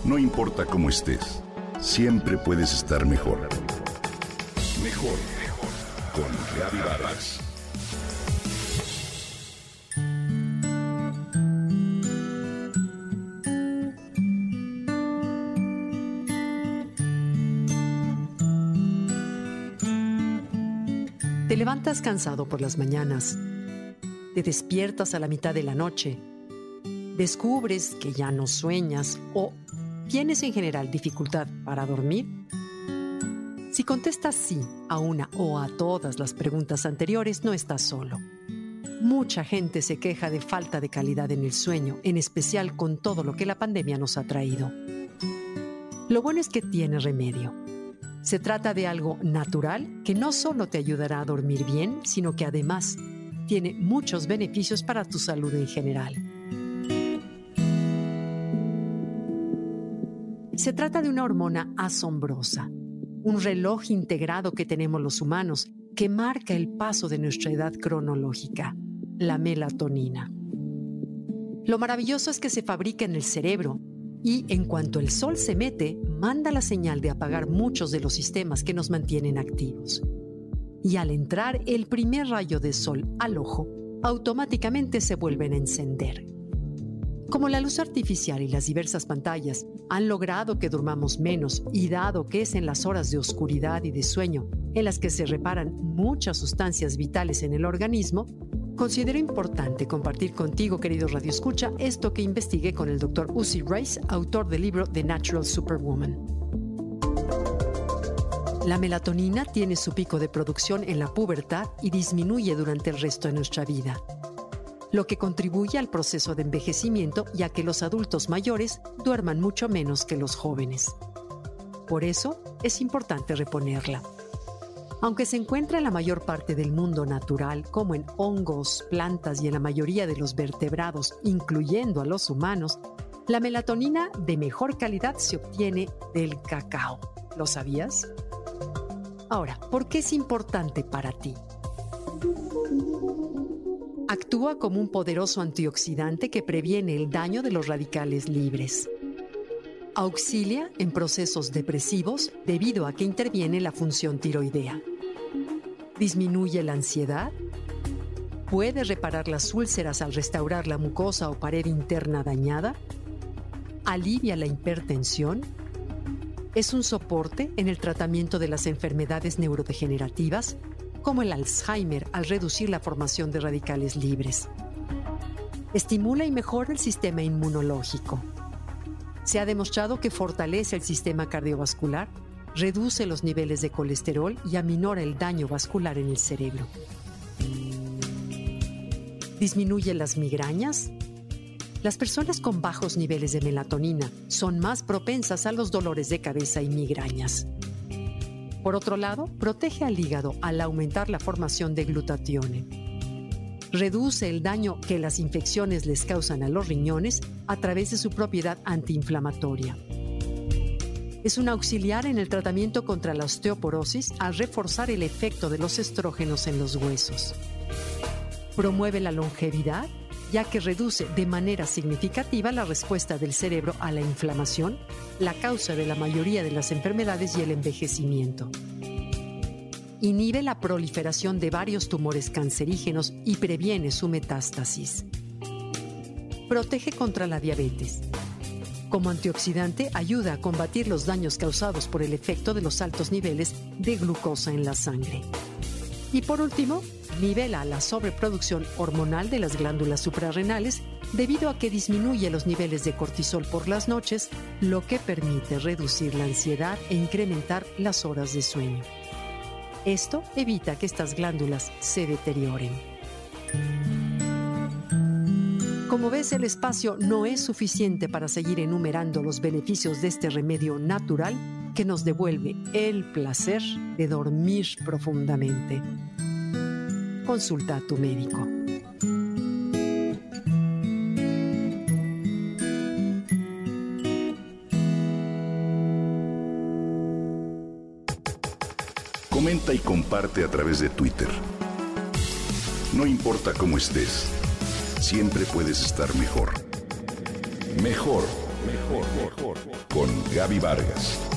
No importa cómo estés, siempre puedes estar mejor. Mejor, mejor. Con Gaby Vargas. Te levantas cansado por las mañanas, te despiertas a la mitad de la noche, descubres que ya no sueñas o tienes en general dificultad para dormir. Si contestas sí a una o a todas las preguntas anteriores, no estás solo. Mucha gente se queja de falta de calidad en el sueño, en especial con todo lo que la pandemia nos ha traído. Lo bueno es que tiene remedio. Se trata de algo natural que no solo te ayudará a dormir bien, sino que además tiene muchos beneficios para tu salud en general. Se trata de una hormona asombrosa, un reloj integrado que tenemos los humanos que marca el paso de nuestra edad cronológica, la melatonina. Lo maravilloso es que se fabrica en el cerebro y en cuanto el sol se mete, manda la señal de apagar muchos de los sistemas que nos mantienen activos. Y al entrar el primer rayo de sol al ojo, automáticamente se vuelven a encender. Como la luz artificial y las diversas pantallas han logrado que durmamos menos y dado que es en las horas de oscuridad y de sueño en las que se reparan muchas sustancias vitales en el organismo, considero importante compartir contigo, querido Radio Escucha, esto que investigué con el Dr. Uzi Rice, autor del libro The Natural Superwoman. La melatonina tiene su pico de producción en la pubertad y disminuye durante el resto de nuestra vida, lo que contribuye al proceso de envejecimiento y a que los adultos mayores duerman mucho menos que los jóvenes. Por eso es importante reponerla. Aunque se encuentra en la mayor parte del mundo natural, como en hongos, plantas y en la mayoría de los vertebrados, incluyendo a los humanos, la melatonina de mejor calidad se obtiene del cacao. ¿Lo sabías? Ahora, ¿por qué es importante para ti? Actúa como un poderoso antioxidante que previene el daño de los radicales libres. Auxilia en procesos depresivos debido a que interviene la función tiroidea. Disminuye la ansiedad. Puede reparar las úlceras al restaurar la mucosa o pared interna dañada. Alivia la hipertensión. Es un soporte en el tratamiento de las enfermedades neurodegenerativas, como el Alzheimer, al reducir la formación de radicales libres. Estimula y mejora el sistema inmunológico. Se ha demostrado que fortalece el sistema cardiovascular, reduce los niveles de colesterol y aminora el daño vascular en el cerebro. Disminuye las migrañas. Las personas con bajos niveles de melatonina son más propensas a los dolores de cabeza y migrañas. Por otro lado, protege al hígado al aumentar la formación de glutatión. Reduce el daño que las infecciones les causan a los riñones a través de su propiedad antiinflamatoria. Es un auxiliar en el tratamiento contra la osteoporosis al reforzar el efecto de los estrógenos en los huesos. Promueve la longevidad, ya que reduce de manera significativa la respuesta del cerebro a la inflamación, la causa de la mayoría de las enfermedades y el envejecimiento. Inhibe la proliferación de varios tumores cancerígenos y previene su metástasis. Protege contra la diabetes. Como antioxidante, ayuda a combatir los daños causados por el efecto de los altos niveles de glucosa en la sangre. Y por último, nivela la sobreproducción hormonal de las glándulas suprarrenales debido a que disminuye los niveles de cortisol por las noches, lo que permite reducir la ansiedad e incrementar las horas de sueño. Esto evita que estas glándulas se deterioren. Como ves, el espacio no es suficiente para seguir enumerando los beneficios de este remedio natural que nos devuelve el placer de dormir profundamente. Consulta a tu médico. Comenta y comparte a través de Twitter. No importa cómo estés, siempre puedes estar mejor. Mejor, mejor, mejor. Con Gaby Vargas.